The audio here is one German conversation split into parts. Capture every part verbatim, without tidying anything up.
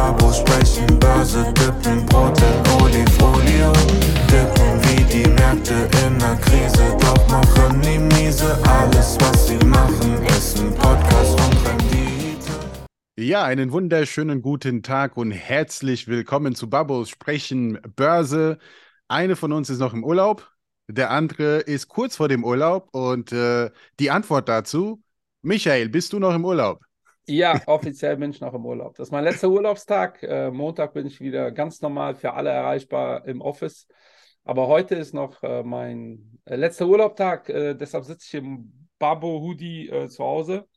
Babos sprechen Börse, dippen Brot in Olifolio, dippen wie die Märkte in der Krise, doch machen die miese. Alles was sie machen ist ein Podcast und Rendite. Ja, einen wunderschönen guten Tag und herzlich willkommen zu Babos sprechen Börse. Eine von uns ist noch im Urlaub, der andere ist kurz vor dem Urlaub und äh, die Antwort dazu: Michael, bist du noch im Urlaub? Ja, offiziell bin ich noch im Urlaub. Das ist mein letzter Urlaubstag. Äh, Montag bin ich wieder ganz normal für alle erreichbar im Office. Aber heute ist noch äh, mein äh, letzter Urlaubstag. Äh, deshalb sitze ich im Babo-Hoodie äh, zu Hause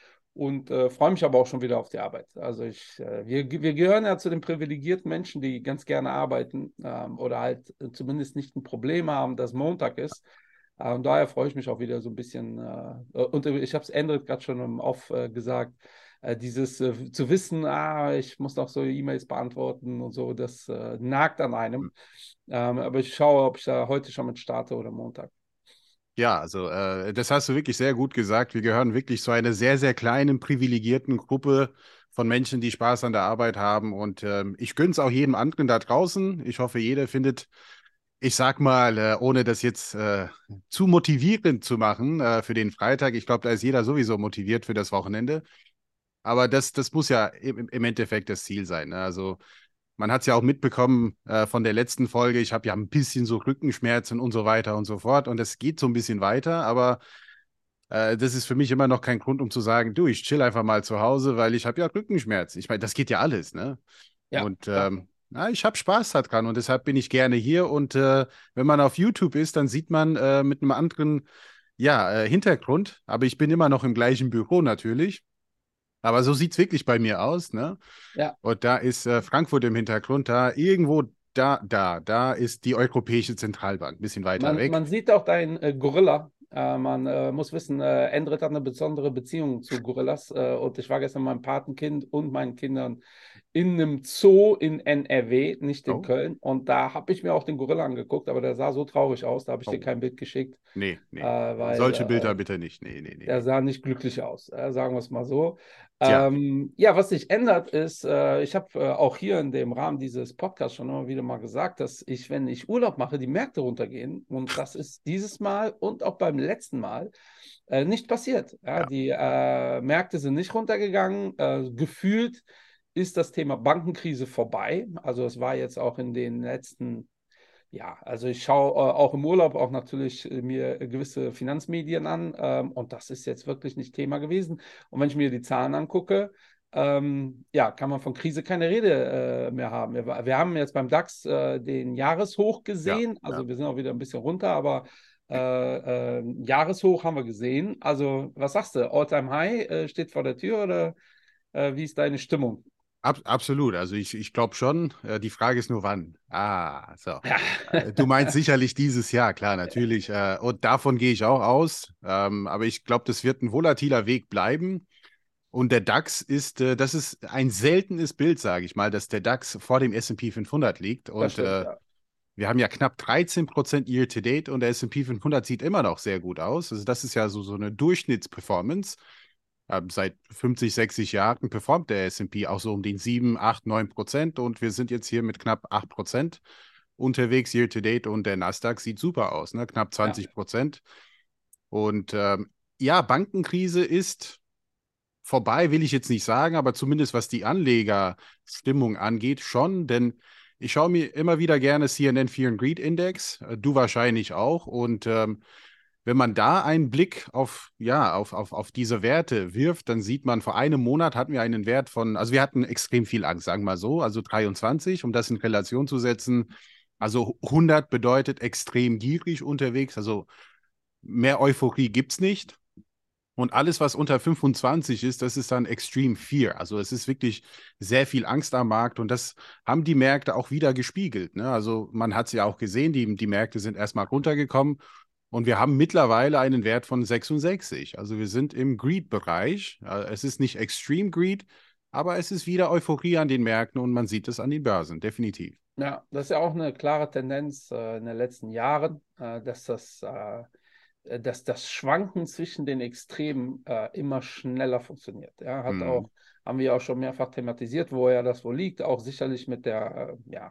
und äh, freue mich aber auch schon wieder auf die Arbeit. Also ich, äh, wir, wir gehören ja zu den privilegierten Menschen, die ganz gerne arbeiten ähm, oder halt äh, zumindest nicht ein Problem haben, dass Montag ist. Äh, und daher freue ich mich auch wieder so ein bisschen. Äh, und ich habe es Endrit gerade schon im Off äh, gesagt, äh, dieses äh, zu wissen, ah, ich muss noch so E-Mails beantworten und so, das äh, nagt an einem. Ähm, aber ich schaue, ob ich da heute schon mit starte oder Montag. Ja, also äh, das hast du wirklich sehr gut gesagt. Wir gehören wirklich zu einer sehr, sehr kleinen, privilegierten Gruppe von Menschen, die Spaß an der Arbeit haben. Und ähm, ich gönne es auch jedem anderen da draußen. Ich hoffe, jeder findet, ich sag mal, äh, ohne das jetzt äh, zu motivierend zu machen äh, für den Freitag. Ich glaube, da ist jeder sowieso motiviert für das Wochenende. Aber das, das muss ja im, im Endeffekt das Ziel sein. Ne? Also man hat es ja auch mitbekommen äh, von der letzten Folge. Ich habe ja ein bisschen so Rückenschmerzen und so weiter und so fort. Und es geht so ein bisschen weiter, aber äh, das ist für mich immer noch kein Grund, um zu sagen, du, ich chill einfach mal zu Hause, weil ich habe ja Rückenschmerzen. Ich meine, das geht ja alles, ne? Ja, Und ähm, na, ich habe Spaß daran und deshalb bin ich gerne hier. Und äh, wenn man auf YouTube ist, dann sieht man äh, mit einem anderen, ja, äh, Hintergrund. Aber ich bin immer noch im gleichen Büro natürlich. Aber so sieht es wirklich bei mir aus, ne? ja. Und da ist äh, Frankfurt im Hintergrund, da irgendwo, da, da, da ist die Europäische Zentralbank, ein bisschen weiter Man, weg. man sieht auch deinen äh, Gorilla. Äh, man äh, muss wissen, äh, Endrit hat eine besondere Beziehung zu Gorillas. Äh, und ich war gestern mit meinem Patenkind und meinen Kindern in einem Zoo in N R W, nicht in Oh, Köln. Und da habe ich mir auch den Gorilla angeguckt, aber der sah so traurig aus, da habe ich dir oh. kein Bild geschickt, Nee, äh, nee. weil Solche äh, Bilder bitte nicht. Nee, nee, nee, der nee. sah nicht glücklich aus, äh, sagen wir es mal so. Tja, Ähm, ja, was sich ändert ist, äh, ich habe äh, auch hier in dem Rahmen dieses Podcasts schon immer wieder mal gesagt, dass ich, wenn ich Urlaub mache, die Märkte runtergehen. Und das ist dieses Mal und auch beim letzten Mal äh, nicht passiert. Ja, ja, die äh, Märkte sind nicht runtergegangen. Äh, gefühlt ist das Thema Bankenkrise vorbei. Also es war jetzt auch in den letzten, ja, also ich schaue äh, auch im Urlaub auch natürlich äh, mir gewisse Finanzmedien an, ähm, und das ist jetzt wirklich nicht Thema gewesen. Und wenn ich mir die Zahlen angucke, ähm, ja, kann man von Krise keine Rede äh, mehr haben. Wir, wir haben jetzt beim DAX äh, den Jahreshoch ja, gesehen, ja. also wir sind auch wieder ein bisschen runter, aber äh, äh, Jahreshoch haben wir gesehen. Also was sagst du? All-Time High äh, steht vor der Tür oder äh, wie ist deine Stimmung? Ab, absolut. Also ich, ich glaube schon. Äh, die Frage ist nur, wann. Ah, so. Ja. Äh, du meinst sicherlich dieses Jahr, klar, natürlich. Äh, und davon gehe ich auch aus. Ähm, aber ich glaube, das wird ein volatiler Weg bleiben. Und der DAX ist, äh, das ist ein seltenes Bild, sage ich mal, dass der DAX vor dem S und P fünfhundert liegt. Das Und stimmt, äh, ja. wir haben ja knapp dreizehn Prozent Year-to-Date und der S und P fünfhundert sieht immer noch sehr gut aus. Also das ist ja so, so eine Durchschnittsperformance. Ähm, seit fünfzig, sechzig Jahren performt der S und P auch so um den sieben, acht, neun Prozent und wir sind jetzt hier mit knapp acht Prozent unterwegs Year-to-Date und der Nasdaq sieht super aus, ne? Knapp Ja. zwanzig Prozent. Und ähm, ja, Bankenkrise ist vorbei, will ich jetzt nicht sagen, aber zumindest was die Anlegerstimmung angeht, schon, denn ich schaue mir immer wieder gerne C N N Fear and Greed Index, äh, du wahrscheinlich auch. Und ähm, wenn man da einen Blick auf, ja, auf, auf, auf diese Werte wirft, dann sieht man, vor einem Monat hatten wir einen Wert von, also wir hatten extrem viel Angst, sagen wir mal so, also dreiundzwanzig, um das in Relation zu setzen. Also hundert bedeutet extrem gierig unterwegs, also mehr Euphorie gibt es nicht. Und alles, was unter fünfundzwanzig ist, das ist dann Extreme Fear. Also es ist wirklich sehr viel Angst am Markt und das haben die Märkte auch wieder gespiegelt. Ne? Also man hat es ja auch gesehen, die, die Märkte sind erstmal runtergekommen und wir haben mittlerweile einen Wert von sechsundsechzig. Also wir sind im Greed-Bereich. Es ist nicht Extreme Greed, aber es ist wieder Euphorie an den Märkten und man sieht es an den Börsen, definitiv. Ja, das ist ja auch eine klare Tendenz äh, in den letzten Jahren, äh, dass das, äh, äh, dass das Schwanken zwischen den Extremen äh, immer schneller funktioniert. Ja, hat Hm. auch, haben wir auch schon mehrfach thematisiert, woher das wohl liegt, auch sicherlich mit der äh, ja,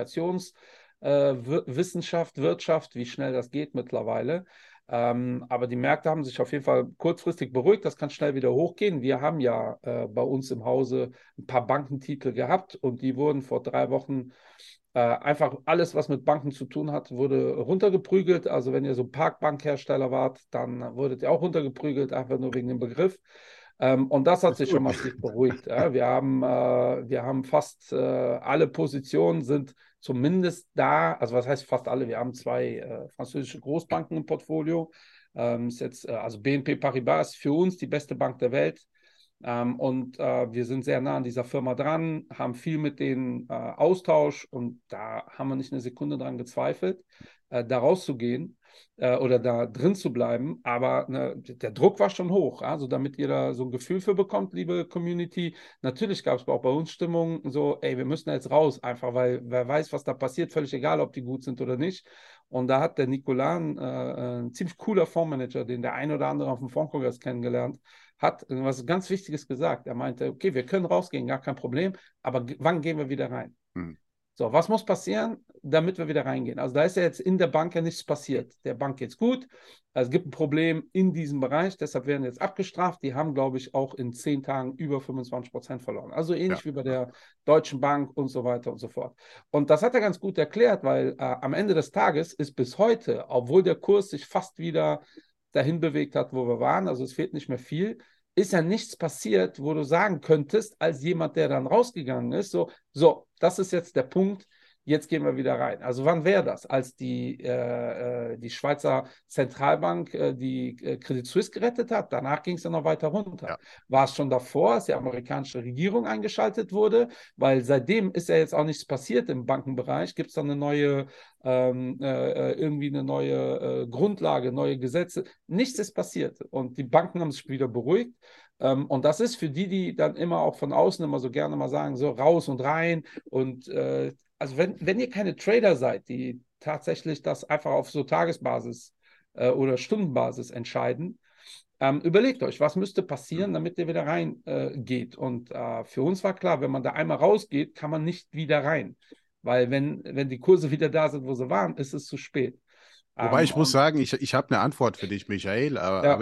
Kommunikationswissenschaft, äh, Wirtschaft, wie schnell das geht mittlerweile. Ähm, aber die Märkte haben sich auf jeden Fall kurzfristig beruhigt, das kann schnell wieder hochgehen. Wir haben ja äh, bei uns im Hause ein paar Bankentitel gehabt und die wurden vor drei Wochen äh, einfach alles, was mit Banken zu tun hat, wurde runtergeprügelt. Also wenn ihr so Parkbankhersteller wart, dann wurdet ihr auch runtergeprügelt, einfach nur wegen dem Begriff. Ähm, und das hat sich schon massiv beruhigt. Ja. Wir haben, äh, wir haben fast äh, alle Positionen sind zumindest da, also was heißt fast alle? Wir haben zwei äh, französische Großbanken im Portfolio. Ähm, ist jetzt, äh, also B N P Paribas ist für uns die beste Bank der Welt. Ähm, und äh, wir sind sehr nah an dieser Firma dran, haben viel mit denen äh, Austausch und da haben wir nicht eine Sekunde dran gezweifelt, äh, da rauszugehen äh, oder da drin zu bleiben. Aber ne, der Druck war schon hoch. Also damit ihr da so ein Gefühl für bekommt, liebe Community. Natürlich gab es auch bei uns Stimmung so, ey, wir müssen jetzt raus, einfach weil wer weiß, was da passiert, völlig egal, ob die gut sind oder nicht. Und da hat der Nicolas, äh, ein ziemlich cooler Fondsmanager, den der ein oder andere auf dem Fondskongress kennengelernt hat, was ganz Wichtiges gesagt. Er meinte, okay, wir können rausgehen, gar kein Problem, aber wann gehen wir wieder rein? Hm. So, was muss passieren, damit wir wieder reingehen? Also da ist ja jetzt in der Bank ja nichts passiert. Der Bank geht's gut. Also es gibt ein Problem in diesem Bereich, deshalb werden jetzt abgestraft. Die haben, glaube ich, auch in zehn Tagen über fünfundzwanzig Prozent verloren. Also ähnlich ja. wie bei der Deutschen Bank und so weiter und so fort. Und das hat er ganz gut erklärt, weil äh, am Ende des Tages ist bis heute, obwohl der Kurs sich fast wieder dahin bewegt hat, wo wir waren, also es fehlt nicht mehr viel, ist ja nichts passiert, wo du sagen könntest, als jemand, der dann rausgegangen ist, so, so, das ist jetzt der Punkt, jetzt gehen wir wieder rein. Also wann wäre das? Als die, äh, die Schweizer Zentralbank äh, die äh, Credit Suisse gerettet hat, danach ging es ja noch weiter runter. Ja. War es schon davor, als die amerikanische Regierung eingeschaltet wurde? Weil seitdem ist ja jetzt auch nichts passiert im Bankenbereich. Gibt es dann eine neue, ähm, äh, irgendwie eine neue äh, Grundlage, neue Gesetze? Nichts ist passiert. Und die Banken haben sich wieder beruhigt. Um, und das ist für die, die dann immer auch von außen immer so gerne mal sagen, so raus und rein. Und äh, also wenn, wenn ihr keine Trader seid, die tatsächlich das einfach auf so Tagesbasis äh, oder Stundenbasis entscheiden, ähm, überlegt euch, was müsste passieren, damit ihr wieder rein äh, geht. Und äh, für uns war klar, wenn man da einmal rausgeht, kann man nicht wieder rein. Weil wenn, wenn die Kurse wieder da sind, wo sie waren, ist es zu spät. Wobei um, ich muss und, sagen, ich, ich habe eine Antwort für dich, Michael, aber, ja. aber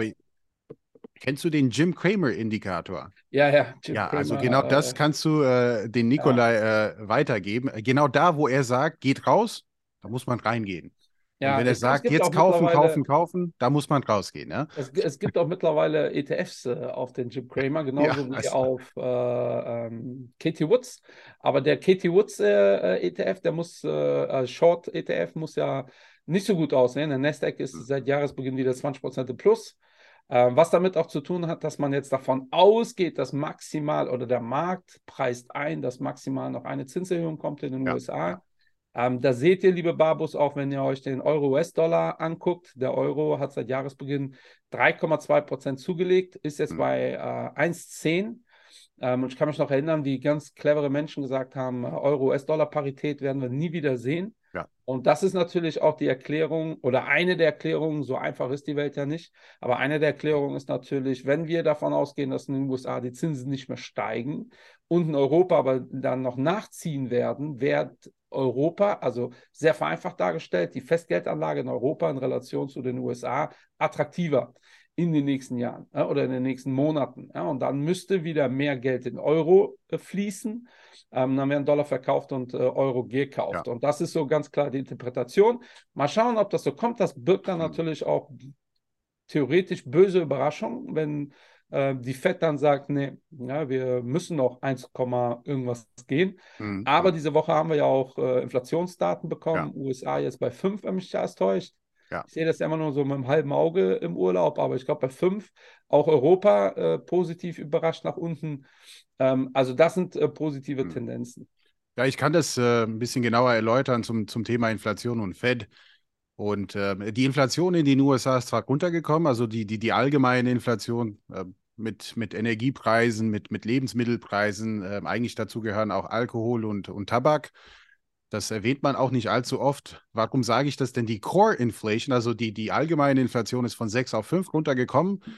kennst du den Jim Cramer-Indikator? Ja, ja. Jim ja, Cramer, also genau äh, das kannst du äh, den Nikolai ja. äh, weitergeben. Genau da, wo er sagt, geht raus, da muss man reingehen. Ja, und wenn er es, sagt, es jetzt kaufen, kaufen, kaufen, da muss man rausgehen. Ja? Es, es gibt auch mittlerweile E T Fs äh, auf den Jim Cramer, genauso ja, wie also. auf äh, ähm, Katie Woods. Aber der Katie Woods äh, E T F, der muss, äh, Short E T F muss ja nicht so gut aussehen. Der Nasdaq ist seit Jahresbeginn wieder zwanzig Prozent im Plus. Äh, was damit auch zu tun hat, dass man jetzt davon ausgeht, dass maximal oder der Markt preist ein, dass maximal noch eine Zinserhöhung kommt in den ja, U S A. Ja. Ähm, da seht ihr, liebe Babus, auch wenn ihr euch den Euro-U S-Dollar anguckt. Der Euro hat seit Jahresbeginn drei Komma zwei Prozent zugelegt, ist jetzt mhm. bei äh, eins Komma zehn. Ähm, und ich kann mich noch erinnern, wie ganz clevere Menschen gesagt haben, Euro-U S-Dollar-Parität werden wir nie wieder sehen. Ja. Und das ist natürlich auch die Erklärung oder eine der Erklärungen, so einfach ist die Welt ja nicht, aber eine der Erklärungen ist natürlich, wenn wir davon ausgehen, dass in den U S A die Zinsen nicht mehr steigen und in Europa aber dann noch nachziehen werden, wird Europa, also sehr vereinfacht dargestellt, die Festgeldanlage in Europa in Relation zu den U S A attraktiver in den nächsten Jahren ja, oder in den nächsten Monaten. Ja, und dann müsste wieder mehr Geld in Euro äh, fließen. Ähm, dann werden Dollar verkauft und äh, Euro gekauft. Ja. Und das ist so ganz klar die Interpretation. Mal schauen, ob das so kommt. Das birgt dann mhm. natürlich auch theoretisch böse Überraschungen, wenn äh, die Fed dann sagt, nee, ja, wir müssen noch eins, irgendwas gehen. Mhm. Aber diese Woche haben wir ja auch äh, Inflationsdaten bekommen. Ja. U S A jetzt bei fünf, wenn mich das täuscht. Ja. Ich sehe das ja immer nur so mit einem halben Auge im Urlaub, aber ich glaube bei fünf, auch Europa äh, positiv überrascht nach unten. Ähm, also das sind äh, positive hm. Tendenzen. Ja, ich kann das äh, ein bisschen genauer erläutern zum, zum Thema Inflation und Fed. Und äh, die Inflation in den U S A ist zwar runtergekommen, also die, die, die allgemeine Inflation äh, mit, mit Energiepreisen, mit, mit Lebensmittelpreisen, äh, eigentlich dazu gehören auch Alkohol und, und Tabak. Das erwähnt man auch nicht allzu oft. Warum sage ich das denn? Die Core Inflation, also die, die allgemeine Inflation, ist von sechs auf fünf runtergekommen.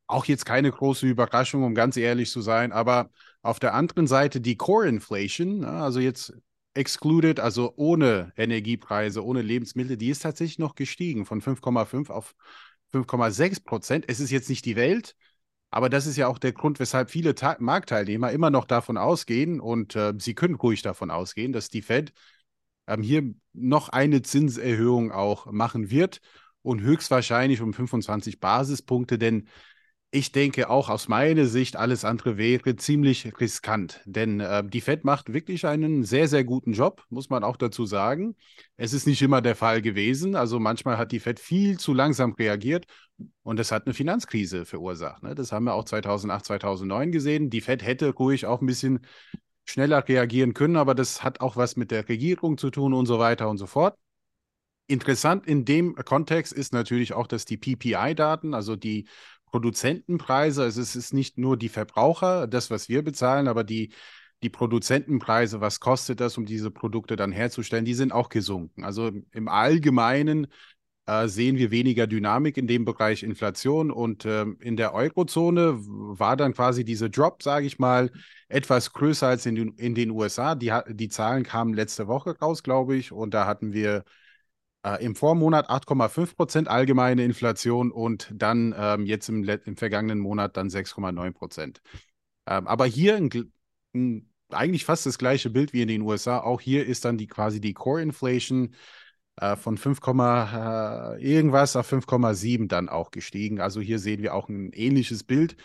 Auch jetzt keine große Überraschung, um ganz ehrlich zu sein, aber auf der anderen Seite die Core Inflation, ne, also jetzt excluded, also ohne Energiepreise, ohne Lebensmittel, die ist tatsächlich noch gestiegen von fünf Komma fünf auf fünf Komma sechs Prozent. Es ist jetzt nicht die Welt, aber das ist ja auch der Grund, weshalb viele Ta Marktteilnehmer immer noch davon ausgehen und äh, sie können ruhig davon ausgehen, dass die Fed ähm, hier noch eine Zinserhöhung auch machen wird und höchstwahrscheinlich um fünfundzwanzig Basispunkte, denn ich denke auch aus meiner Sicht, alles andere wäre ziemlich riskant, denn äh, die Fed macht wirklich einen sehr, sehr guten Job, muss man auch dazu sagen. Es ist nicht immer der Fall gewesen. Also manchmal hat die Fed viel zu langsam reagiert und das hat eine Finanzkrise verursacht. Ne? Das haben wir auch zweitausendacht, zweitausendneun gesehen. Die Fed hätte ruhig auch ein bisschen schneller reagieren können, aber das hat auch was mit der Regierung zu tun und so weiter und so fort. Interessant in dem Kontext ist natürlich auch, dass die P P I-Daten, also die Produzentenpreise, also es ist nicht nur die Verbraucher, das, was wir bezahlen, aber die, die Produzentenpreise, was kostet das, um diese Produkte dann herzustellen, die sind auch gesunken. Also im Allgemeinen äh, sehen wir weniger Dynamik in dem Bereich Inflation und äh, in der Eurozone war dann quasi diese Drop, sage ich mal, etwas größer als in den, in den U S A. Die, die Zahlen kamen letzte Woche raus, glaube ich, und da hatten wir äh, im Vormonat acht Komma fünf Prozent allgemeine Inflation und dann ähm, jetzt im, im vergangenen Monat dann sechs Komma neun Prozent. Ähm, aber hier ein, ein, eigentlich fast das gleiche Bild wie in den U S A. Auch hier ist dann die quasi die Core Inflation äh, von fünf, äh, irgendwas auf fünf Komma sieben dann auch gestiegen. Also hier sehen wir auch ein ähnliches Bild.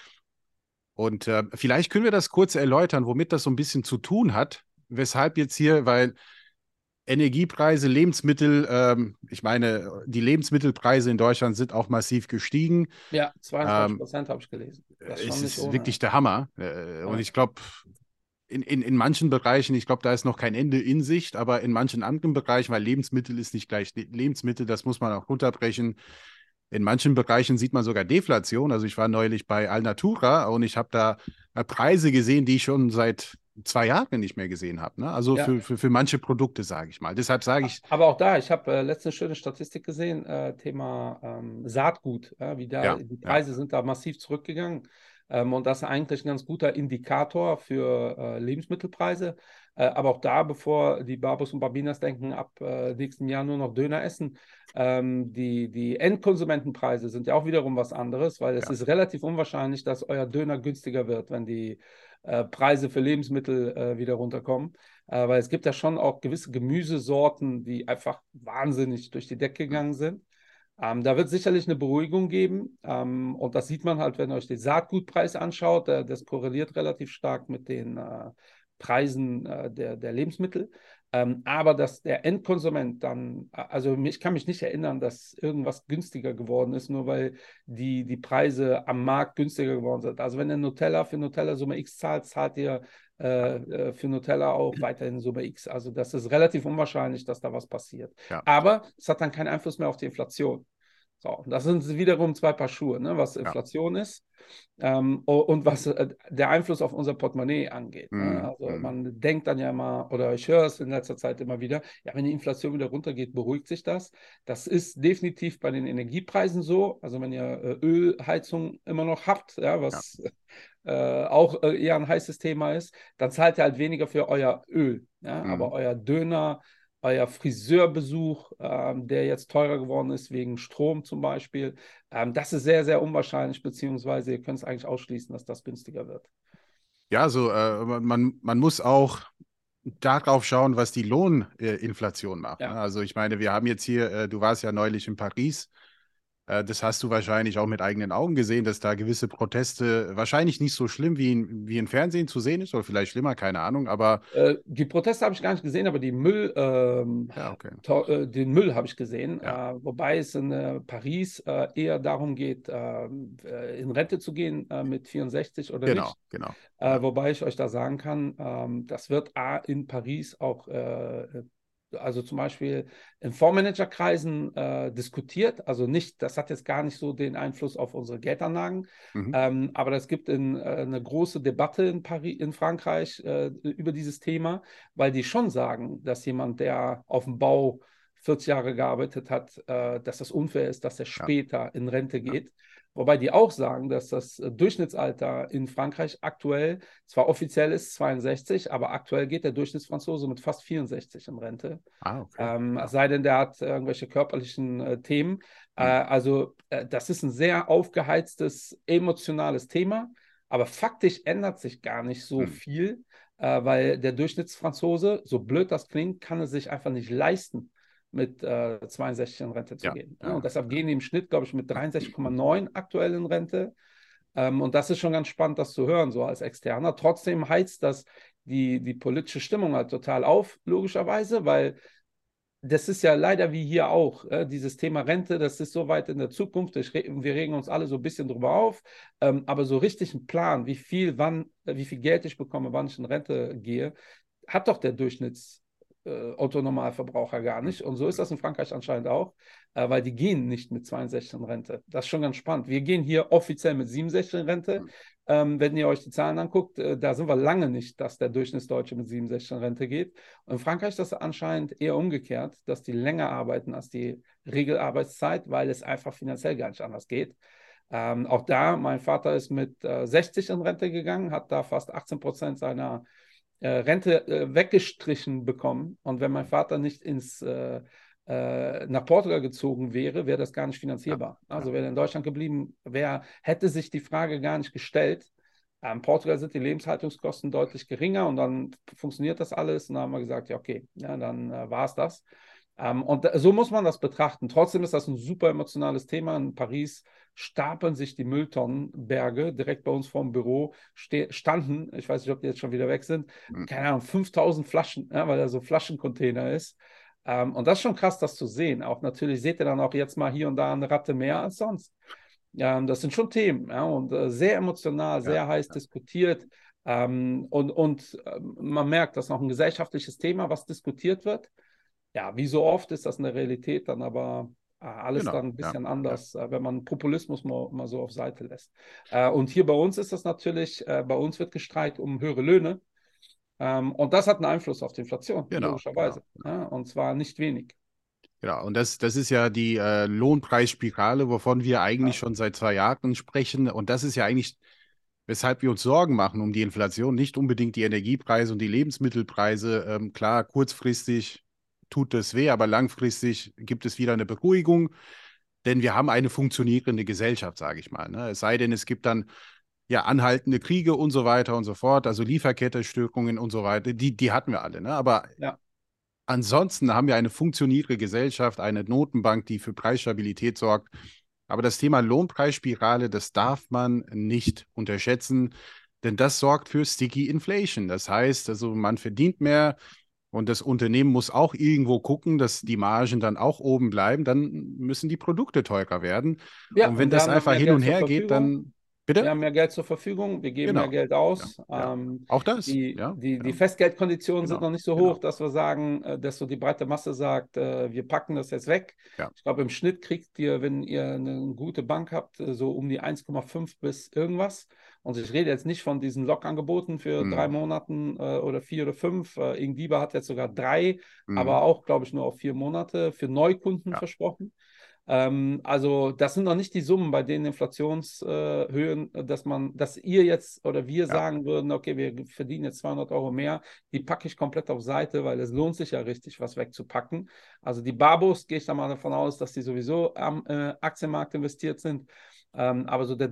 Und äh, vielleicht können wir das kurz erläutern, womit das so ein bisschen zu tun hat. Weshalb jetzt hier, weil Energiepreise, Lebensmittel, ähm, ich meine, die Lebensmittelpreise in Deutschland sind auch massiv gestiegen. Ja, zweiundzwanzig Ähm, Prozent habe ich gelesen. Das ist es schon nicht ist ohne. wirklich der Hammer. Äh, und Ja. ich glaube, in, in, in manchen Bereichen, ich glaube, da ist noch kein Ende in Sicht, aber in manchen anderen Bereichen, weil Lebensmittel ist nicht gleich Lebensmittel, das muss man auch runterbrechen. In manchen Bereichen sieht man sogar Deflation. Also ich war neulich bei Alnatura und ich habe da Preise gesehen, die ich schon seit zwei Jahren nicht mehr gesehen habe. Ne? Also Ja. für, für, für manche Produkte, sage ich mal. Deshalb sage ich, Aber auch da, ich habe äh, letzte schöne Statistik gesehen, äh, Thema ähm, Saatgut, ja, wie da ja, die ja, Preise sind da massiv zurückgegangen. Ähm, und das ist eigentlich ein ganz guter Indikator für äh, Lebensmittelpreise. Äh, aber auch da, bevor die Babus und Babinas denken, ab äh, nächsten Jahr nur noch Döner essen, ähm, die, die Endkonsumentenpreise sind ja auch wiederum was anderes, weil es ja. ist relativ unwahrscheinlich, dass euer Döner günstiger wird, wenn die äh, Preise für Lebensmittel äh, wieder runterkommen. Äh, weil es gibt ja schon auch gewisse Gemüsesorten, die einfach wahnsinnig durch die Decke gegangen sind. Ähm, da wird sicherlich eine Beruhigung geben. Ähm, und das sieht man halt, wenn ihr euch den Saatgutpreis anschaut. Der, das korreliert relativ stark mit den äh, Preisen äh, der, der Lebensmittel. Ähm, aber dass der Endkonsument dann, also ich kann mich nicht erinnern, dass irgendwas günstiger geworden ist, nur weil die, die Preise am Markt günstiger geworden sind. Also wenn ihr Nutella für Nutella Summe X zahlt, zahlt ihr äh, für Nutella auch weiterhin Summe X. Also das ist relativ unwahrscheinlich, dass da was passiert. Ja. Aber es hat dann keinen Einfluss mehr auf die Inflation. So, und das sind wiederum zwei Paar Schuhe, ne? Was Ja. Inflation ist ähm, und was äh, der Einfluss auf unser Portemonnaie angeht. Ne? Mm, Also mm. man denkt dann ja immer, oder ich höre es in letzter Zeit immer wieder, ja, wenn die Inflation wieder runtergeht, beruhigt sich das. Das ist definitiv bei den Energiepreisen so. Also wenn ihr äh, Ölheizung immer noch habt, ja, was ja. äh, auch äh, eher ein heißes Thema ist, dann zahlt ihr halt weniger für euer Öl. Ja? Mm. Aber euer Döner, euer Friseurbesuch, ähm, der jetzt teurer geworden ist wegen Strom zum Beispiel, ähm, das ist sehr, sehr unwahrscheinlich, beziehungsweise ihr könnt es eigentlich ausschließen, dass das günstiger wird. Ja, so äh, man, man muss auch darauf schauen, was die Lohninflation macht. Ja. Ne? Also ich meine, wir haben jetzt hier, äh, du warst ja neulich in Paris. Äh, das hast du wahrscheinlich auch mit eigenen Augen gesehen, dass da gewisse Proteste wahrscheinlich nicht so schlimm wie, in, wie im Fernsehen zu sehen ist oder vielleicht schlimmer, keine Ahnung, aber Äh, die Proteste habe ich gar nicht gesehen, aber die Müll, ähm, ja, okay. to- äh, den Müll habe ich gesehen. Ja. Äh, wobei es in äh, Paris äh, eher darum geht, äh, in Rente zu gehen äh, mit vierundsechzig oder Genau, nicht. genau. Äh, Ja. Wobei ich euch da sagen kann, ähm, das wird A, in Paris auch, äh, also zum Beispiel in Fondsmanagerkreisen äh, diskutiert. Also nicht, das hat jetzt gar nicht so den Einfluss auf unsere Geldanlagen, Mhm. ähm, aber es gibt in, äh, eine große Debatte in Paris, in Frankreich äh, über dieses Thema, weil die schon sagen, dass jemand, der auf dem Bau vierzig Jahre gearbeitet hat, äh, dass das unfair ist, dass er Ja. später in Rente geht. Wobei die auch sagen, dass das äh, Durchschnittsalter in Frankreich aktuell zwar offiziell ist zweiundsechzig, aber aktuell geht der Durchschnittsfranzose mit fast vierundsechzig in Rente. Ah, okay. Ähm, Ja. es sei denn, der hat äh, irgendwelche körperlichen äh, Themen. Äh, Hm. also äh, das ist ein sehr aufgeheiztes, emotionales Thema, aber faktisch ändert sich gar nicht so Hm. viel, äh, weil der Durchschnittsfranzose, so blöd das klingt, kann es sich einfach nicht leisten, mit äh, zweiundsechzig in Rente zu Ja, gehen. ja, Und deshalb gehen die im Schnitt, glaube ich, mit dreiundsechzig Komma neun aktuell in Rente. Ähm, und das ist schon ganz spannend, das zu hören, so als Externer. Trotzdem heizt das die, die politische Stimmung halt total auf, logischerweise, weil das ist ja leider wie hier auch, äh, dieses Thema Rente, das ist so weit in der Zukunft, ich, wir regen uns alle so ein bisschen drüber auf, ähm, aber so richtig ein Plan, wie viel, wann, äh, wie viel Geld ich bekomme, wann ich in Rente gehe, hat doch der Durchschnitts äh, Otto-Normalverbraucher gar Hm. nicht. Und so ist das in Frankreich anscheinend auch, äh, weil die gehen nicht mit zweiundsechzig in Rente. Das ist schon ganz spannend. Wir gehen hier offiziell mit siebenundsechzig in Rente. Hm. Ähm, wenn ihr euch die Zahlen anguckt, äh, da sind wir lange nicht, dass der Durchschnittsdeutsche mit siebenundsechzig in Rente geht. Und in Frankreich ist das anscheinend eher umgekehrt, dass die länger arbeiten als die Regelarbeitszeit, weil es einfach finanziell gar nicht anders geht. Ähm, auch da, mein Vater ist mit äh, sechzig in Rente gegangen, hat da fast achtzehn Prozent seiner äh, Rente äh, weggestrichen bekommen. Und wenn mein Vater nicht ins, äh, äh, nach Portugal gezogen wäre, wäre das gar nicht finanzierbar. Ja, Also ja. wäre er in Deutschland geblieben, wär, hätte sich die Frage gar nicht gestellt. In Portugal sind die Lebenshaltungskosten deutlich geringer und dann funktioniert das alles. Und dann haben wir gesagt, ja, okay, ja, dann äh, war es das. Ähm, und so muss man das betrachten. Trotzdem ist das ein super emotionales Thema. In Paris stapeln sich die Mülltonnenberge direkt bei uns vorm Büro, standen, ich weiß nicht, ob die jetzt schon wieder weg sind, Hm. keine Ahnung, fünftausend Flaschen, ja, weil da so ein Flaschencontainer ist. Ähm, und das ist schon krass, das zu sehen. Auch natürlich seht ihr dann auch jetzt mal hier und da eine Ratte mehr als sonst. Ähm, das sind schon Themen, ja, und äh, sehr emotional, Ja, sehr heiß ja. diskutiert. Ähm, und und äh, man merkt, das ist noch ein gesellschaftliches Thema, was diskutiert wird. Ja, wie so oft ist das in der Realität dann aber äh, alles Genau. dann ein Ja, bisschen ja. anders, äh, wenn man Populismus mal, mal so auf Seite lässt. Äh, und hier bei uns ist das natürlich, äh, bei uns wird gestreikt um höhere Löhne. Ähm, und das hat einen Einfluss auf die Inflation, Genau, genau. logischerweise. Ja, und zwar nicht wenig. Genau, und das, das ist ja die äh, Lohnpreisspirale, wovon wir eigentlich Ja, schon seit zwei Jahren sprechen. Und das ist ja eigentlich, weshalb wir uns Sorgen machen um die Inflation, nicht unbedingt die Energiepreise und die Lebensmittelpreise. Ähm, klar, kurzfristig tut das weh, aber langfristig gibt es wieder eine Beruhigung, denn wir haben eine funktionierende Gesellschaft, sage ich mal. Ne? Es sei denn, es gibt dann ja anhaltende Kriege und so weiter und so fort, also Lieferkettenstörungen und so weiter, die, die hatten wir alle. Ne? Aber ja, ansonsten haben wir eine funktionierende Gesellschaft, eine Notenbank, die für Preisstabilität sorgt. Aber das Thema Lohnpreisspirale, das darf man nicht unterschätzen, denn das sorgt für Sticky Inflation. Das heißt, also man verdient mehr und das Unternehmen muss auch irgendwo gucken, dass die Margen dann auch oben bleiben. Dann müssen die Produkte teurer werden. ja, Und wenn und wir das haben dann einfach mehr hin und Geld zur her geht, Verfügung. dann bitte? Wir haben mehr Geld zur Verfügung, wir geben mehr Genau. Geld Ja, aus. ja. Ähm, Auch das. die, Ja, die, die ja. Festgeldkonditionen sind Genau, noch nicht so hoch, genau. dass wir sagen, äh, dass so die breite Masse sagt, äh, wir packen das jetzt weg. Ja. Ich glaube, im Schnitt kriegt ihr, wenn ihr eine gute Bank habt, äh, so um die eins Komma fünf bis irgendwas. Und ich rede jetzt nicht von diesen Lockangeboten für drei Hm. Monaten äh, oder vier oder fünf. Äh, Ingdiba hat jetzt sogar drei, Hm. aber auch, glaube ich, nur auf vier Monate für Neukunden Ja. versprochen. Ähm, also das sind noch nicht die Summen bei den Inflationshöhen, äh, dass man, dass ihr jetzt oder wir Ja. sagen würden, okay, wir verdienen jetzt zweihundert Euro mehr, die packe ich komplett auf Seite, weil es lohnt sich ja richtig, was wegzupacken. Also die Barbos, gehe ich da mal davon aus, dass die sowieso am äh, Aktienmarkt investiert sind. Ähm, aber so der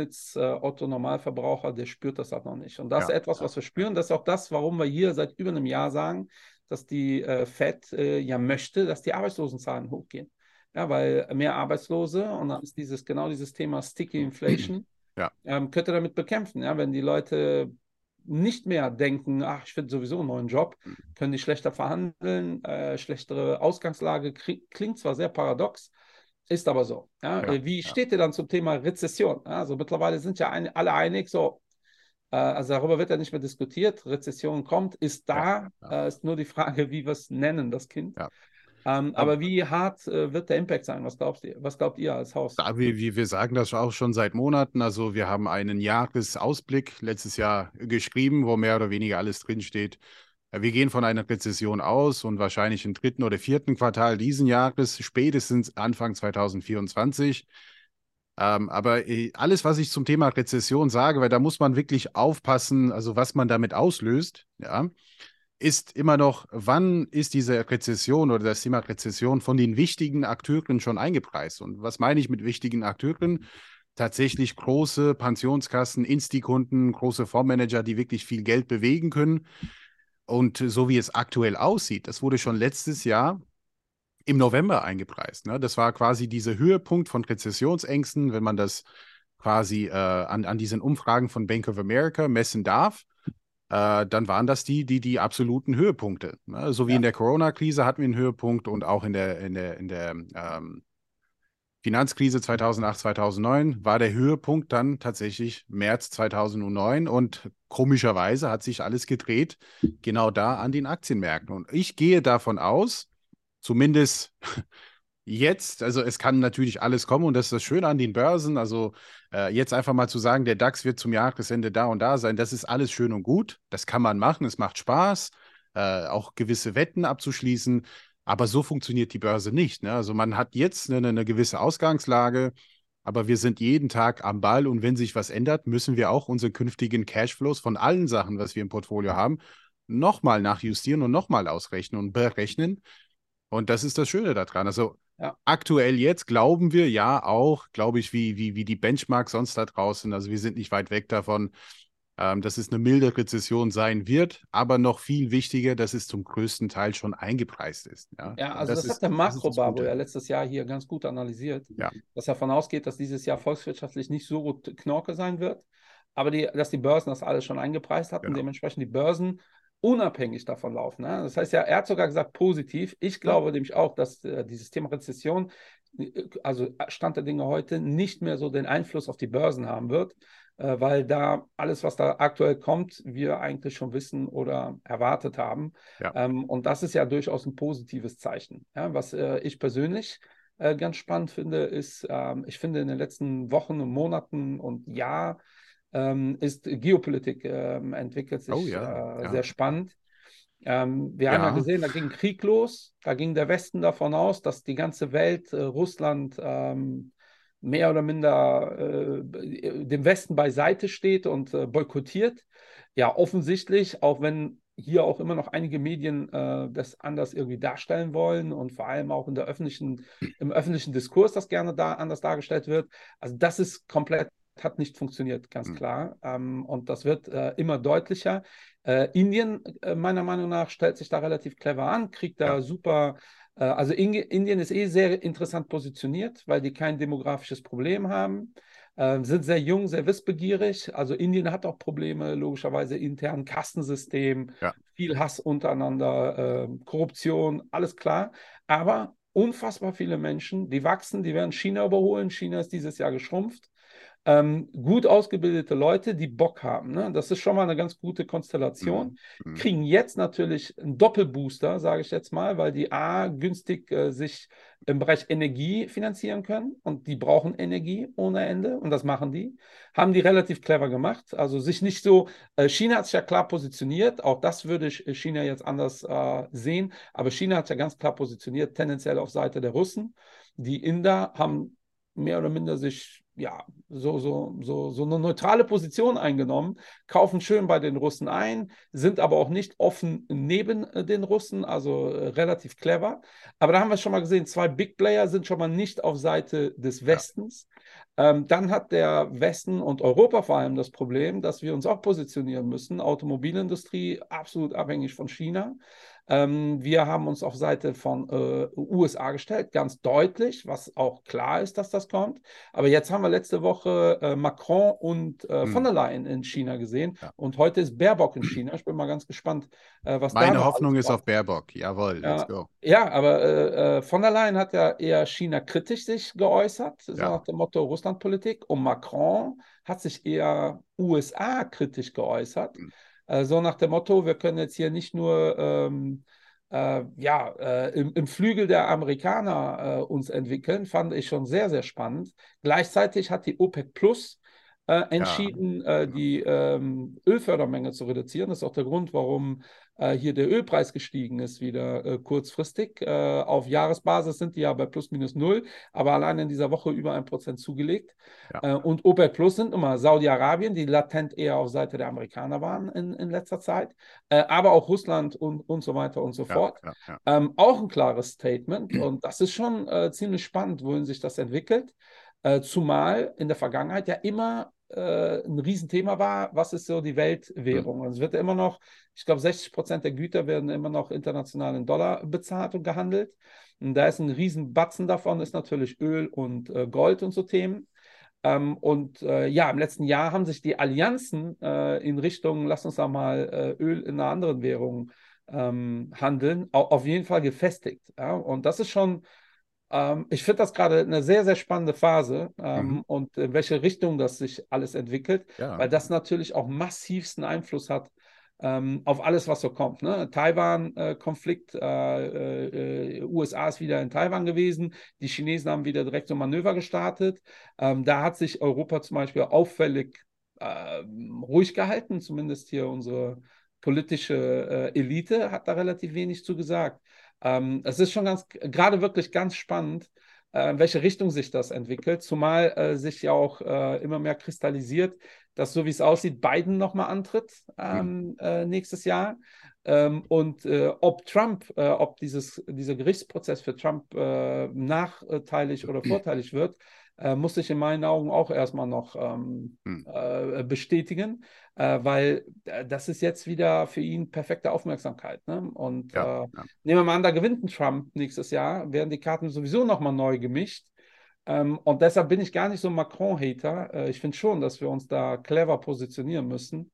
Durchschnitts-Otto-Normalverbraucher, der spürt das halt noch nicht. Und das Ja. ist etwas, was wir spüren. Das ist auch das, warum wir hier seit über einem Jahr sagen, dass die äh, Fed äh, ja möchte, dass die Arbeitslosenzahlen hochgehen. Ja, weil mehr Arbeitslose und dann ist dieses genau dieses Thema Sticky Inflation, Ja. ähm, könnte damit bekämpfen. Ja, wenn die Leute nicht mehr denken, ach, ich finde sowieso einen neuen Job, können die schlechter verhandeln, äh, schlechtere Ausgangslage, klingt zwar sehr paradox, ist aber so. Ja, Ja. wie Ja. steht ihr dann zum Thema Rezession? Ja, also mittlerweile sind ja ein, alle einig, so, äh, also darüber wird ja nicht mehr diskutiert, Rezession kommt, ist da, Ja. äh, ist nur die Frage, wie wir es nennen, das Kind. Ja. Ähm, Aber aber wie hart äh, wird der Impact sein? Was glaubt ihr? Was glaubt ihr als Haus? da wir, wir wir sagen das auch schon seit Monaten. Also wir haben einen Jahresausblick letztes Jahr geschrieben, wo mehr oder weniger alles drinsteht. Wir gehen von einer Rezession aus und wahrscheinlich im dritten oder vierten Quartal diesen Jahres, spätestens Anfang zwanzig vierundzwanzig. Ähm, aber äh, alles, was ich zum Thema Rezession sage, weil da muss man wirklich aufpassen, also was man damit auslöst, ja, ist immer noch, wann ist diese Rezession oder das Thema Rezession von den wichtigen Akteuren schon eingepreist? Und was meine ich mit wichtigen Akteuren? Tatsächlich große Pensionskassen, Insti-Kunden, große Fondsmanager, die wirklich viel Geld bewegen können. Und so wie es aktuell aussieht, das wurde schon letztes Jahr im November eingepreist. Ne? Das war quasi dieser Höhepunkt von Rezessionsängsten, wenn man das quasi äh, an, an diesen Umfragen von Bank of America messen darf. Äh, dann waren das die, die, die absoluten Höhepunkte. Ne? So wie Ja. in der Corona-Krise hatten wir einen Höhepunkt und auch in der, in der, in der ähm, Finanzkrise zweitausendacht, zweitausendneun war der Höhepunkt dann tatsächlich März zweitausendneun und komischerweise hat sich alles gedreht, genau da an den Aktienmärkten. Und ich gehe davon aus, zumindest jetzt, also es kann natürlich alles kommen und das ist das Schöne an den Börsen. Also äh, jetzt einfach mal zu sagen, der DAX wird zum Jahresende da und da sein, das ist alles schön und gut. Das kann man machen, es macht Spaß, äh, auch gewisse Wetten abzuschließen. Aber so funktioniert die Börse nicht. Ne? Also man hat jetzt eine, eine gewisse Ausgangslage, aber wir sind jeden Tag am Ball und wenn sich was ändert, müssen wir auch unsere künftigen Cashflows von allen Sachen, was wir im Portfolio haben, nochmal nachjustieren und nochmal ausrechnen und berechnen. Und das ist das Schöne daran. Also Ja. aktuell jetzt glauben wir ja auch, glaube ich, wie, wie, wie die Benchmarks sonst da draußen. Also wir sind nicht weit weg davon, ähm, dass es eine milde Rezession sein wird, aber noch viel wichtiger, dass es zum größten Teil schon eingepreist ist. Ja, Ja, und also das das hat ist, der das ist das Makrobar, wo Gute. er letztes Jahr hier ganz gut analysiert, Ja, dass er davon ausgeht, dass dieses Jahr volkswirtschaftlich nicht so gut Knorke sein wird, aber die, dass die Börsen das alles schon eingepreist hatten, genau. dementsprechend die Börsen unabhängig davon laufen. Ne? Das heißt ja, er hat sogar gesagt positiv. Ich Ja, glaube nämlich auch, dass äh, dieses Thema Rezession, äh, also Stand der Dinge heute, nicht mehr so den Einfluss auf die Börsen haben wird, äh, weil da alles, was da aktuell kommt, wir eigentlich schon wissen oder erwartet haben. ja. Ähm, und das ist ja durchaus ein positives Zeichen. Ja? Was äh, ich persönlich äh, ganz spannend finde, ist, ähm, ich finde in den letzten Wochen und Monaten und Jahr ähm, ist Geopolitik ähm, entwickelt Oh sich ja, äh, ja, sehr spannend. Ähm, wir haben ja ja. gesehen, da ging Krieg los, da ging der Westen davon aus, dass die ganze Welt, äh, Russland, ähm, mehr oder minder äh, dem Westen beiseite steht und äh, boykottiert. Ja, offensichtlich, auch wenn hier auch immer noch einige Medien äh, das anders irgendwie darstellen wollen und vor allem auch in der öffentlichen, im öffentlichen Diskurs das gerne da anders dargestellt wird. Also das ist komplett, hat nicht funktioniert, ganz Hm. klar. Ähm, und das wird äh, immer deutlicher. Äh, Indien, äh, meiner Meinung nach, stellt sich da relativ clever an, kriegt da Ja, super, äh, also in, Indien ist eh sehr interessant positioniert, weil die kein demografisches Problem haben, äh, sind sehr jung, sehr wissbegierig. Also Indien hat auch Probleme, logischerweise intern, Kastensystem, ja. viel Hass untereinander, äh, Korruption, alles klar. Aber unfassbar viele Menschen, die wachsen, die werden China überholen. China ist dieses Jahr geschrumpft. Ähm, gut ausgebildete Leute, die Bock haben. Ne? Das ist schon mal eine ganz gute Konstellation. Hm, hm. Kriegen jetzt natürlich einen Doppelbooster, sage ich jetzt mal, weil die A günstig äh, sich im Bereich Energie finanzieren können und die brauchen Energie ohne Ende und das machen die. Haben die relativ clever gemacht. Also sich nicht so, äh, China hat sich ja klar positioniert, auch das würde China jetzt anders äh, sehen, aber China hat sich ja ganz klar positioniert, tendenziell auf Seite der Russen. Die Inder haben mehr oder minder sich ja, so, so, so, so eine neutrale Position eingenommen, kaufen schön bei den Russen ein, sind aber auch nicht offen neben äh, den Russen, also äh, relativ clever. Aber da haben wir schon mal gesehen, zwei Big Player sind schon mal nicht auf Seite des Ja, Westens. Ähm, dann hat der Westen und Europa vor allem das Problem, dass wir uns auch positionieren müssen. Automobilindustrie absolut abhängig von China. Ähm, wir haben uns auf Seite von äh, U S A gestellt, ganz deutlich, was auch klar ist, dass das kommt. Aber jetzt haben wir letzte Woche äh, Macron und äh, von hm. der Leyen in China gesehen Ja. und heute ist Baerbock in China. Ich bin mal ganz gespannt, äh, was da Meine noch Hoffnung alles ist auf kommt. Baerbock. Jawohl, let's Ja, go. ja, aber äh, äh, von der Leyen hat ja eher China kritisch sich geäußert, so Ja, nach dem Motto Russlandpolitik. Und Macron hat sich eher U S A kritisch geäußert, hm. äh, so nach dem Motto, wir können jetzt hier nicht nur ähm, äh, ja, äh, im, im Flügel der Amerikaner äh, uns entwickeln, fand ich schon sehr, sehr spannend. Gleichzeitig hat die OPEC Plus äh, Ja, entschieden, äh, ja, die ähm, Ölfördermenge zu reduzieren. Das ist auch der Grund, warum äh, hier der Ölpreis gestiegen ist, wieder äh, kurzfristig. Äh, auf Jahresbasis sind die ja bei plus minus null, aber allein in dieser Woche über ein Prozent zugelegt. Ja. Äh, und OPEC Plus sind immer Saudi-Arabien, die latent eher auf Seite der Amerikaner waren in, in letzter Zeit, äh, aber auch Russland und, und so weiter und so Ja, fort. ja, ja. Ähm, auch ein klares Statement und das ist schon äh, ziemlich spannend, wohin sich das entwickelt. Äh, zumal in der Vergangenheit ja immer äh, ein Riesenthema war, was ist so die Weltwährung? Und es wird ja immer noch, ich glaube, sechzig Prozent der Güter werden immer noch international in Dollar bezahlt und gehandelt. Und da ist ein Riesenbatzen davon, ist natürlich Öl und äh, Gold und so Themen. Ähm, und äh, ja, im letzten Jahr haben sich die Allianzen äh, in Richtung, lass uns da mal äh, Öl in einer anderen Währung ähm, handeln, au auf jeden Fall gefestigt. Ja? Und das ist schon, ähm, ich finde das gerade eine sehr, sehr spannende Phase ähm, Mhm. und in welche Richtung das sich alles entwickelt, Ja. weil das natürlich auch massivsten Einfluss hat ähm, auf alles, was so kommt. Ne? Taiwan-Konflikt, äh, äh, U S A ist wieder in Taiwan gewesen, die Chinesen haben wieder direkt so ein Manöver gestartet. Ähm, da hat sich Europa zum Beispiel auffällig äh, ruhig gehalten, zumindest hier unsere politische äh, Elite hat da relativ wenig zu gesagt. Ähm, es ist schon ganz, gerade wirklich ganz spannend, äh, in welche Richtung sich das entwickelt, zumal äh, sich ja auch äh, immer mehr kristallisiert, dass so wie es aussieht, Biden nochmal antritt ähm, äh, nächstes Jahr. Ähm, und äh, ob Trump, äh, ob dieses, dieser Gerichtsprozess für Trump äh, nachteilig oder vorteilig wird, äh, muss sich in meinen Augen auch erstmal noch ähm, Hm. äh, bestätigen, äh, weil äh, das ist jetzt wieder für ihn perfekte Aufmerksamkeit. Ne? Und Ja, äh, ja. nehmen wir mal an, da gewinnt ein Trump nächstes Jahr, werden die Karten sowieso nochmal neu gemischt. Ähm, und deshalb bin ich gar nicht so Macron-Hater. Äh, ich finde schon, dass wir uns da clever positionieren müssen.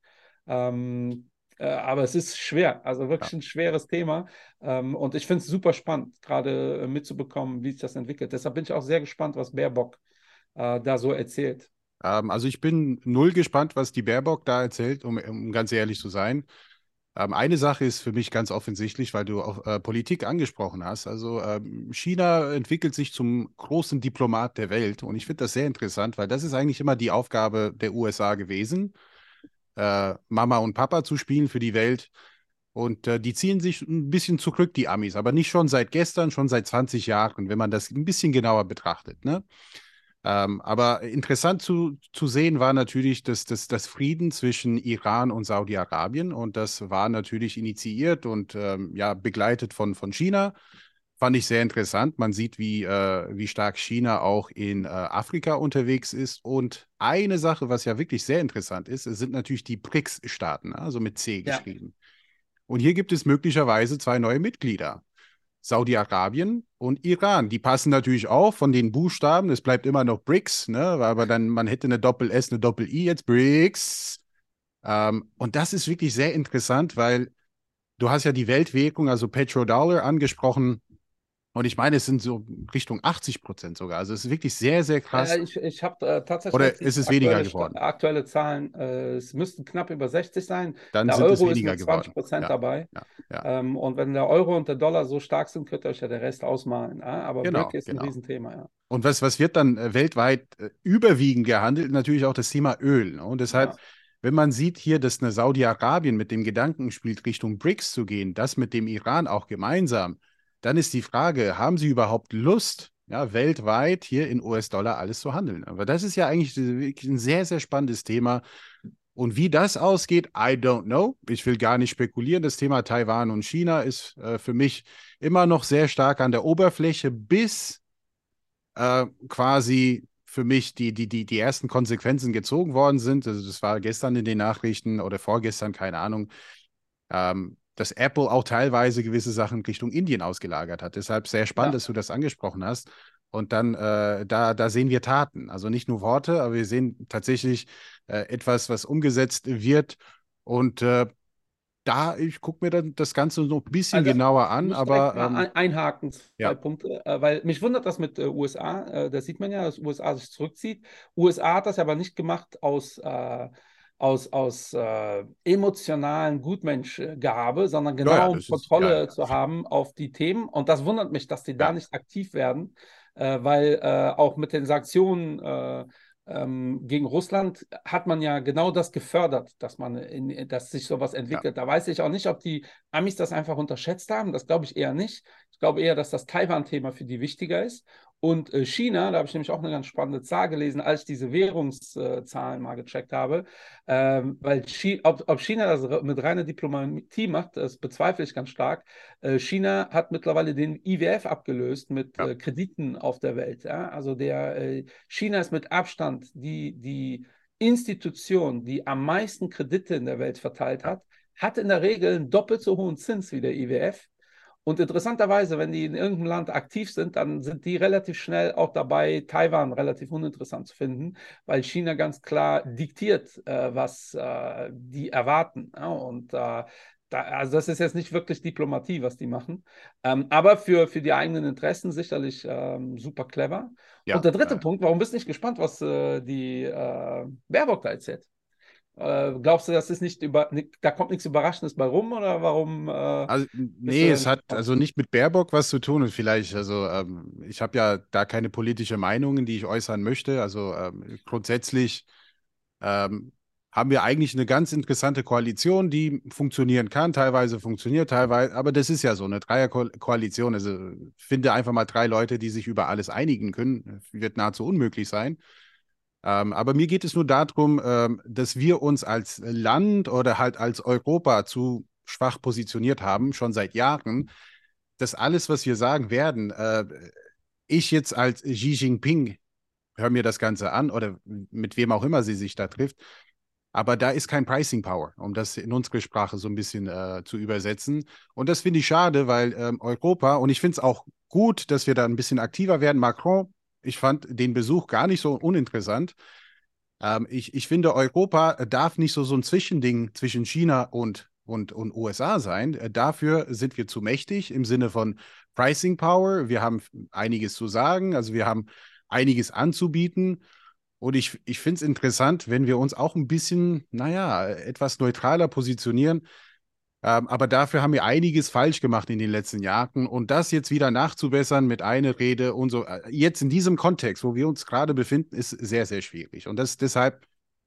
Ähm, äh, aber es ist schwer, also wirklich Ja. ein schweres Thema. Ähm, und ich finde es super spannend, gerade äh, mitzubekommen, wie sich das entwickelt. Deshalb bin ich auch sehr gespannt, was Baerbock äh, da so erzählt. Ähm, also ich bin null gespannt, was die Baerbock da erzählt, um, um ganz ehrlich zu sein. Ähm, eine Sache ist für mich ganz offensichtlich, weil du auch äh, Politik angesprochen hast. Also ähm, China entwickelt sich zum großen Diplomat der Welt und ich finde das sehr interessant, weil das ist eigentlich immer die Aufgabe der U S A gewesen, äh, Mama und Papa zu spielen für die Welt. Und äh, die ziehen sich ein bisschen zurück, die Amis, aber nicht schon seit gestern, schon seit zwanzig Jahren, wenn man das ein bisschen genauer betrachtet, ne? Ähm, aber interessant zu, zu sehen war natürlich das, das, das Frieden zwischen Iran und Saudi-Arabien. Und das war natürlich initiiert und ähm, ja, begleitet von, von China. Fand ich sehr interessant. Man sieht, wie, äh, wie stark China auch in äh, Afrika unterwegs ist. Und eine Sache, was ja wirklich sehr interessant ist, sind natürlich die BRICS-Staaten, also mit C Ja. geschrieben. Und hier gibt es möglicherweise zwei neue Mitglieder. Saudi-Arabien und Iran. Die passen natürlich auch von den Buchstaben. Es bleibt immer noch BRICS, ne? Aber dann, man hätte eine Doppel-S, eine Doppel-I, jetzt BRICS. Ähm, und das ist wirklich sehr interessant, weil du hast ja die Weltwährung, also Petrodollar, angesprochen. Und ich meine, es sind so Richtung achtzig Prozent sogar. Also es ist wirklich sehr, sehr krass. Äh, ich ich habe äh, tatsächlich Oder letztens ist es weniger aktuelle, Sta- geworden? aktuelle Zahlen. Äh, es müssten knapp über sechzig sein. Dann Der sind es Euro ist weniger mit zwanzig geworden. Prozent Ja, dabei. ja, ja. Ähm, und wenn der Euro und der Dollar so stark sind, könnt ihr euch ja der Rest ausmalen. Ja? Aber B R I C Genau, ist ein genau. Riesenthema, ja. Und was, was wird dann äh, weltweit äh, überwiegend gehandelt? Natürlich auch das Thema Öl. Ne? Und deshalb, Ja. wenn man sieht hier, dass eine Saudi-Arabien mit dem Gedanken spielt, Richtung BRICS zu gehen, das mit dem Iran auch gemeinsam, dann ist die Frage, haben sie überhaupt Lust, ja, weltweit hier in U S-Dollar alles zu handeln? Aber das ist ja eigentlich wirklich ein sehr, sehr spannendes Thema. Und wie das ausgeht, I don't know. Ich will gar nicht spekulieren. Das Thema Taiwan und China ist äh, für mich immer noch sehr stark an der Oberfläche, bis äh, quasi für mich die, die, die, die ersten Konsequenzen gezogen worden sind. Also das war gestern in den Nachrichten oder vorgestern, keine Ahnung, ähm, dass Apple auch teilweise gewisse Sachen Richtung Indien ausgelagert hat. Deshalb sehr spannend, Ja. dass du das angesprochen hast. Und dann, äh, da, da sehen wir Taten. Also nicht nur Worte, aber wir sehen tatsächlich äh, etwas, was umgesetzt wird. Und äh, da, ich gucke mir dann das Ganze noch ein bisschen Also, genauer ich an, muss direkt aber mal ähm, ein, einhaken, zwei ja. Punkte, äh, weil mich wundert das mit äh, U S A. Äh, das sieht man ja, dass U S A sich zurückzieht. U S A hat das aber nicht gemacht aus, äh, aus, aus äh, emotionalen Gutmenschgehabe, sondern Ja, ja, genau um das ist, ja, Kontrolle ja. zu haben auf die Themen. Und das wundert mich, dass die da Ja, nicht aktiv werden, äh, weil äh, auch mit den Sanktionen äh, ähm, gegen Russland hat man ja genau das gefördert, dass man in, dass sich sowas entwickelt. Ja. Da weiß ich auch nicht, ob die Amis das einfach unterschätzt haben. Das glaube ich eher nicht. Ich glaube eher, dass das Taiwan-Thema für die wichtiger ist. Und äh, China, da habe ich nämlich auch eine ganz spannende Zahl gelesen, als ich diese Währungszahlen mal gecheckt habe, ähm, weil Chi ob, ob China das mit reiner Diplomatie macht, das bezweifle ich ganz stark. Äh, China hat mittlerweile den I W F abgelöst mit ja. äh, Krediten auf der Welt. Ja? Also der äh, China ist mit Abstand die, die Institution, die am meisten Kredite in der Welt verteilt hat, hat in der Regel einen doppelt so hohen Zins wie der I W F. Und interessanterweise, wenn die in irgendeinem Land aktiv sind, dann sind die relativ schnell auch dabei, Taiwan relativ uninteressant zu finden, weil China ganz klar diktiert, äh, was äh, die erwarten. Ja? Und äh, da, also das ist jetzt nicht wirklich Diplomatie, was die machen, ähm, aber für, für die eigenen Interessen sicherlich ähm, super clever. Ja, Und der dritte äh, Punkt, warum bist du nicht gespannt, was äh, die äh, Baerbock da erzählt? Äh, glaubst du, das ist nicht über, da kommt nichts Überraschendes bei rum oder warum? Äh, Also, bist du nee, da es nicht hat gespannt? also nicht mit Baerbock was zu tun und vielleicht, also ähm, ich habe ja da keine politische Meinungen, die ich äußern möchte. Also ähm, grundsätzlich ähm, haben wir eigentlich eine ganz interessante Koalition, die funktionieren kann, teilweise funktioniert, teilweise, aber das ist ja so eine Dreierkoalition. Also finde einfach mal drei Leute, die sich über alles einigen können, wird nahezu unmöglich sein. Ähm, aber mir geht es nur darum, ähm, dass wir uns als Land oder halt als Europa zu schwach positioniert haben, schon seit Jahren, dass alles, was wir sagen werden, äh, ich jetzt als Xi Jinping höre mir das Ganze an oder mit wem auch immer sie sich da trifft, aber da ist kein Pricing Power, um das in unsere Sprache so ein bisschen äh, zu übersetzen. Und das finde ich schade, weil ähm, Europa, und ich finde es auch gut, dass wir da ein bisschen aktiver werden. Macron, ich fand den Besuch gar nicht so uninteressant. Ähm, ich, ich finde, Europa darf nicht so, so ein Zwischending zwischen China und, und, und U S A sein. Äh, dafür sind wir zu mächtig im Sinne von Pricing Power. Wir haben einiges zu sagen, also wir haben einiges anzubieten. Und ich, ich finde es interessant, wenn wir uns auch ein bisschen, naja, etwas neutraler positionieren. Ähm, aber dafür haben wir einiges falsch gemacht in den letzten Jahren. Und das jetzt wieder nachzubessern mit einer Rede und so, äh, jetzt in diesem Kontext, wo wir uns gerade befinden, ist sehr, sehr schwierig. Und das deshalb,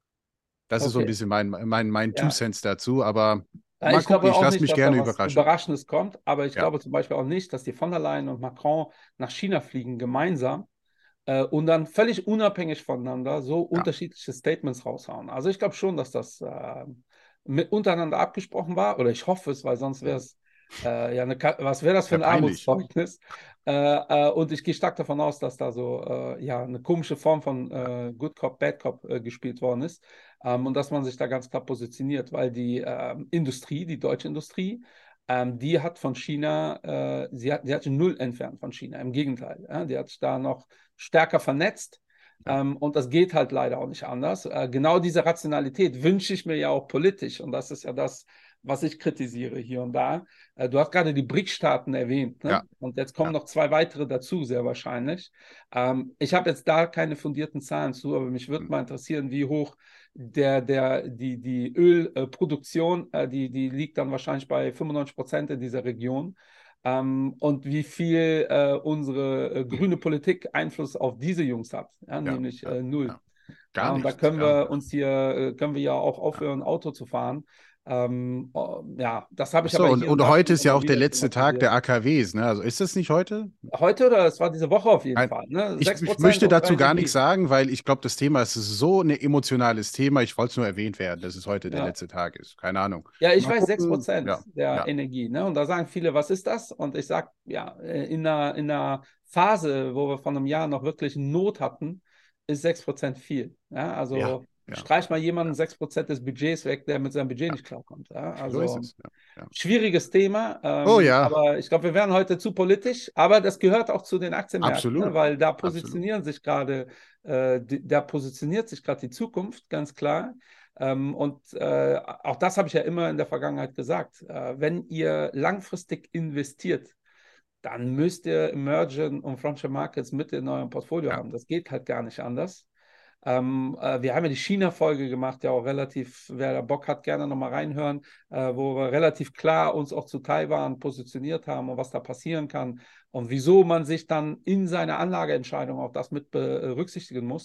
das ist so ein Okay, bisschen mein, mein, mein Two ja. Cents dazu. Aber Ja, mal ich gucken, glaube ich auch lasse nicht, mich dass gerne da was überraschen. Überraschendes kommt, aber ich Ja, glaube zum Beispiel auch nicht, dass die von der Leyen und Macron nach China fliegen gemeinsam äh, und dann völlig unabhängig voneinander so ja, unterschiedliche Statements raushauen. Also ich glaube schon, dass das äh, mit, untereinander abgesprochen war, oder ich hoffe es, weil sonst wäre es äh, ja eine, Ka- was wäre das für sehr ein peinlich. Armutszeugnis? Äh, äh, und ich gehe stark davon aus, dass da so äh, ja eine komische Form von äh, Good Cop, Bad Cop äh, gespielt worden ist. Ähm, und dass man sich da ganz klar positioniert, weil die ähm, Industrie, die deutsche Industrie, ähm, die hat von China, äh, sie hat, die hat sich null entfernt von China, im Gegenteil. Ja, die hat sich da noch stärker vernetzt. Ja, Ähm, und das geht halt leider auch nicht anders. Äh, genau diese Rationalität wünsche ich mir ja auch politisch. Und das ist ja das, was ich kritisiere hier und da. Äh, du hast gerade die BRICS-Staaten erwähnt, ne? ja, Und jetzt kommen ja. noch zwei weitere dazu, sehr wahrscheinlich. Ähm, ich habe jetzt da keine fundierten Zahlen zu, aber mich würde Hm. mal interessieren, wie hoch der, der, die, die Ölproduktion, äh, die, die liegt dann wahrscheinlich bei fünfundneunzig Prozent in dieser Region. Ähm, und wie viel äh, unsere äh, grüne Politik Einfluss auf diese Jungs hat, ja, Ja, nämlich ja, äh, null. ja. Gar Ja, und da nichts, können gar wir nichts. uns hier, äh, können wir ja auch Ja. aufhören, Auto zu fahren. Ähm, oh, ja, das habe Ach ich so, aber und, hier und und da heute schon ist ja immer auch der wieder letzte Tag thematisiert. der A K Ws, ne? Also ist das nicht heute? Heute oder es war diese Woche auf jeden Nein, Fall, ne? ich, sechs ich Prozent möchte unserer dazu gar nichts Energie. sagen, weil ich glaube, das Thema ist so ein emotionales Thema. Ich wollte es nur erwähnt werden, dass es heute der Ja. letzte Tag ist. Keine Ahnung. Ja, ich Mal weiß sechs gucken. Prozent Ja, der ja, Energie. Ne? Und da sagen viele, was ist das? Und ich sage, ja, äh, in einer, in einer Phase, wo wir vor einem Jahr noch wirklich Not hatten, ist sechs Prozent viel. Ja? ja, Also ja, streich mal ja, jemanden sechs Prozent des Budgets weg, der mit seinem Budget ja. nicht klarkommt. Ja? So ist Also es. Ja, ja. schwieriges Thema, Oh ähm, ja, aber ich glaube, wir werden heute zu politisch, aber das gehört auch zu den Aktienmärkten, ne? absolut. Weil da Absolut. positionieren sich gerade, äh, die, da positioniert sich gerade die Zukunft, ganz klar. Ähm, und äh, auch das habe ich ja immer in der Vergangenheit gesagt. Äh, wenn ihr langfristig investiert, dann müsst ihr Emerging und Frontier Markets mit in eurem Portfolio Ja, haben. Das geht halt gar nicht anders. Ähm, äh, wir haben ja die China-Folge gemacht, ja auch relativ, wer da Bock hat, gerne nochmal reinhören, äh, wo wir relativ klar uns auch zu Taiwan positioniert haben und was da passieren kann und wieso man sich dann in seiner Anlageentscheidung auch das mit berücksichtigen muss.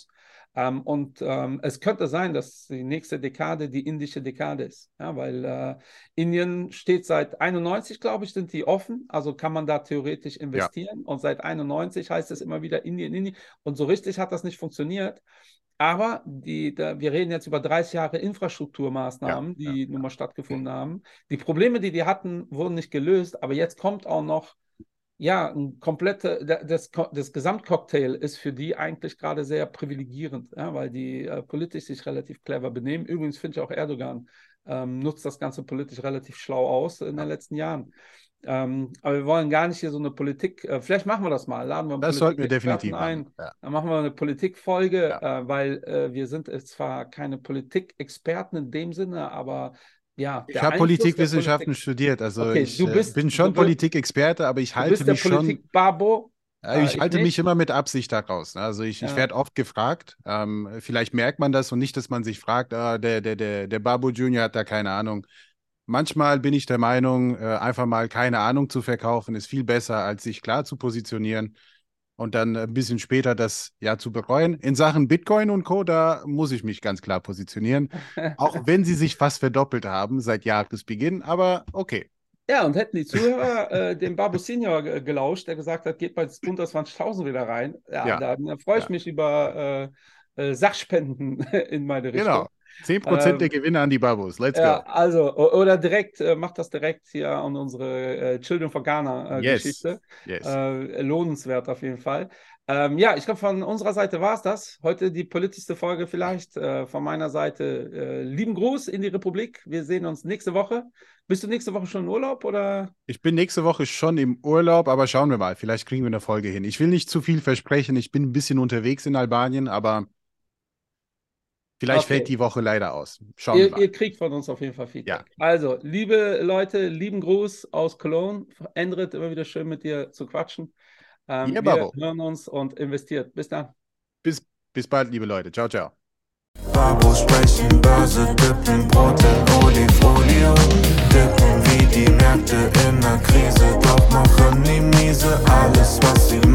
Ähm, und ähm, es könnte sein, dass die nächste Dekade die indische Dekade ist. Ja, weil äh, Indien steht seit einundneunzig, glaube ich, sind die offen. Also kann man da theoretisch investieren. Ja. Und seit einundneunzig heißt es immer wieder Indien, Indien. Und so richtig hat das nicht funktioniert. Aber die, da, wir reden jetzt über dreißig Jahre Infrastrukturmaßnahmen, ja, die ja, nun mal stattgefunden ja. haben. Die Probleme, die die hatten, wurden nicht gelöst. Aber jetzt kommt auch noch, ja, ein komplette, das, das Gesamtcocktail ist für die eigentlich gerade sehr privilegierend, ja, weil die äh, politisch sich relativ clever benehmen. Übrigens finde ich auch Erdogan ähm, nutzt das Ganze politisch relativ schlau aus in den letzten Jahren. Ähm, aber wir wollen gar nicht hier so eine Politik, äh, vielleicht machen wir das mal, laden wir einen Das sollten wir definitiv ein, machen. Ja. Dann machen wir eine Politikfolge, ja. äh, weil äh, wir sind zwar keine Politikexperten in dem Sinne, aber ja, ich habe Politikwissenschaften Politik... studiert, also okay, ich du bist, bin schon du Politikexperte, aber ich halte mich schon... Politik-Babo. Ja, ich, ich halte nicht. mich immer mit Absicht daraus. Also ich, ja. ich werde oft gefragt, ähm, vielleicht merkt man das und nicht, dass man sich fragt, ah, der, der, der, der Babu Junior hat da keine Ahnung. Manchmal bin ich der Meinung, äh, einfach mal keine Ahnung zu verkaufen, ist viel besser, als sich klar zu positionieren und dann ein bisschen später das ja zu bereuen. In Sachen Bitcoin und Co., da muss ich mich ganz klar positionieren, auch wenn sie sich fast verdoppelt haben seit Jahresbeginn, aber okay. Ja, und hätten die Zuhörer äh, dem Babu Senior gelauscht, der gesagt hat, geht bei unter zwanzigtausend wieder rein, ja, ja. da, da freue ich ja. mich über äh, äh, Sachspenden in meine Richtung. Genau. zehn Prozent ähm, der Gewinne an die Babus. Let's ja, go. Also, oder direkt, äh, macht das direkt hier an unsere äh, Children for Ghana äh, yes. Geschichte. Yes. Äh, lohnenswert auf jeden Fall. Ähm, ja, ich glaube, von unserer Seite war es das. Heute die politischste Folge vielleicht. Äh, von meiner Seite äh, lieben Gruß in die Republik. Wir sehen uns nächste Woche. Bist du nächste Woche schon im Urlaub, oder? Ich bin nächste Woche schon im Urlaub, aber schauen wir mal. Vielleicht kriegen wir eine Folge hin. Ich will nicht zu viel versprechen. Ich bin ein bisschen unterwegs in Albanien, aber vielleicht okay. fällt die Woche leider aus. Schauen ihr, wir mal. Ihr kriegt von uns auf jeden Fall Feedback. Ja. Also, liebe Leute, lieben Gruß aus Cologne. Endrit, immer wieder schön mit dir zu quatschen. Ähm, yeah, wir Babo. hören uns und investiert. Bis dann. Bis, bis bald, liebe Leute. Ciao, ciao. Babo sprechen, Börse, dippen, Brot in Olifolio. Dippen wie die Märkte in der Krise, doch machen die miese alles, was sie